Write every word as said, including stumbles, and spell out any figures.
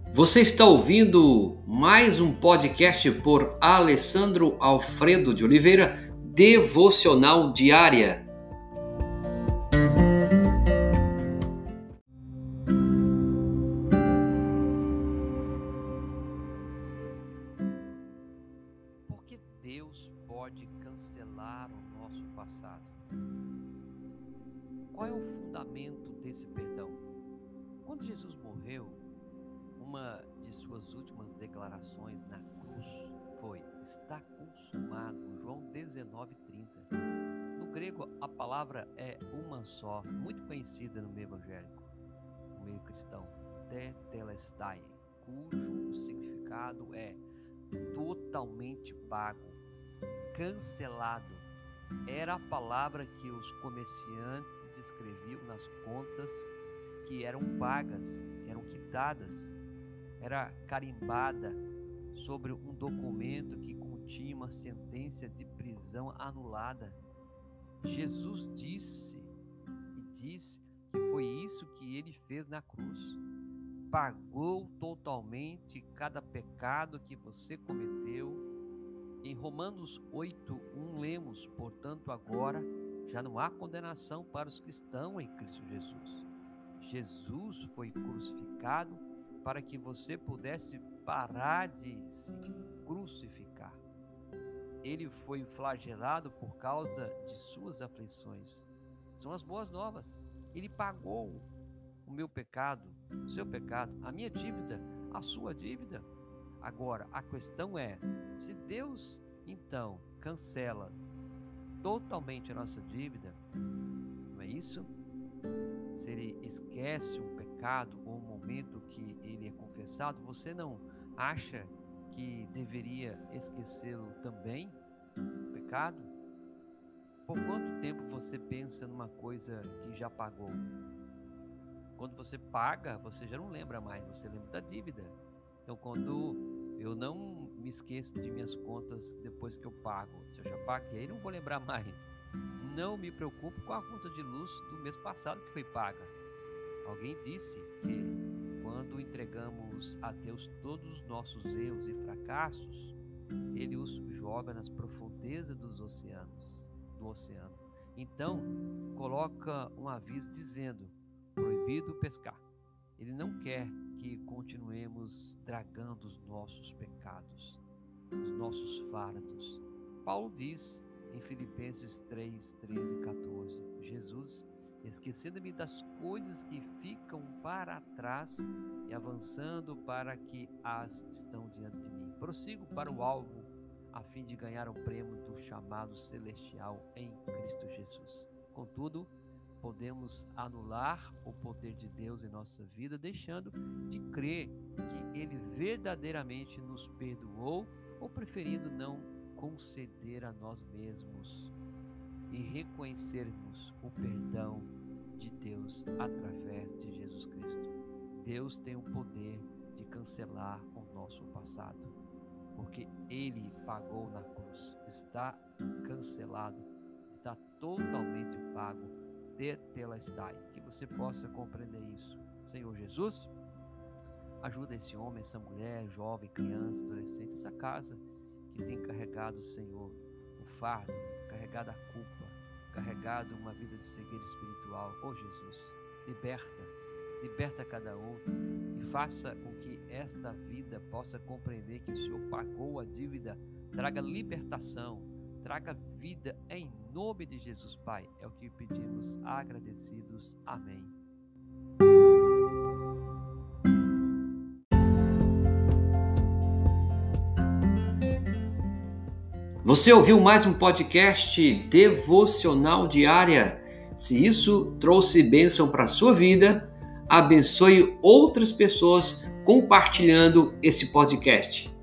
Você está ouvindo mais um podcast por Alessandro Alfredo de Oliveira, Devocional Diária. Por que Deus pode cancelar o nosso passado? Qual é o fundamento desse perdão? Quando Jesus morreu, uma de suas últimas declarações na cruz foi: está consumado, João dezenove, trinta. No grego, a palavra é uma só, muito conhecida no meio evangélico, no meio cristão, tetelestai, cujo significado é totalmente pago, cancelado. Era a palavra que os comerciantes escreviam nas contas que eram pagas, que eram quitadas. Era carimbada sobre um documento que continha uma sentença de prisão anulada. Jesus disse e disse que foi isso que ele fez na cruz. Pagou totalmente cada pecado que você cometeu. Em Romanos oito, um lemos: portanto agora já não há condenação para os que estão em Cristo Jesus. Jesus foi crucificado para que você pudesse parar de se crucificar. Ele foi flagelado por causa de suas aflições. São as boas novas. Ele pagou o meu pecado, o seu pecado, a minha dívida, a sua dívida. Agora, a questão é, se Deus, então, cancela totalmente a nossa dívida, não é isso? Se ele esquece um pecado ou um momento que ele é confessado, você não acha que deveria esquecê-lo também, o pecado? Por quanto tempo você pensa numa coisa que já pagou? Quando você paga, você já não lembra mais, você lembra da dívida. Então, quando eu não me esqueço de minhas contas depois que eu pago, se eu já paguei, não vou lembrar mais. Não me preocupo com a conta de luz do mês passado que foi paga. Alguém disse que quando entregamos a Deus todos os nossos erros e fracassos, Ele os joga nas profundezas dos oceanos, do oceano. Então, coloca um aviso dizendo: proibido pescar. Ele não quer que continuemos tragando os nossos pecados, os nossos fardos. Paulo diz em Filipenses três, treze e quatorze: Jesus, esquecendo-me das coisas que ficam para trás e avançando para que as estão diante de mim, prossigo para o alvo, a fim de ganhar o prêmio do chamado celestial em Cristo Jesus. Contudo, podemos anular o poder de Deus em nossa vida, deixando de crer que Ele verdadeiramente nos perdoou ou preferindo não conceder a nós mesmos e reconhecermos o perdão de Deus através de Jesus Cristo. Deus tem o poder de cancelar o nosso passado, porque Ele pagou na cruz. Está cancelado, está totalmente pago. Tetelestai. Que você possa compreender isso. Senhor Jesus, ajuda esse homem, essa mulher, jovem, criança, adolescente, essa casa que tem carregado, Senhor, o fardo, carregado a culpa, carregado uma vida de cegueira espiritual. Oh Jesus, liberta, liberta cada um e faça com que esta vida possa compreender que o Senhor pagou a dívida. Traga libertação, traga vida em nome de Jesus, Pai. É o que pedimos agradecidos. Amém. Você ouviu mais um podcast Devocional Diária? Se isso trouxe bênção para a sua vida, abençoe outras pessoas compartilhando esse podcast.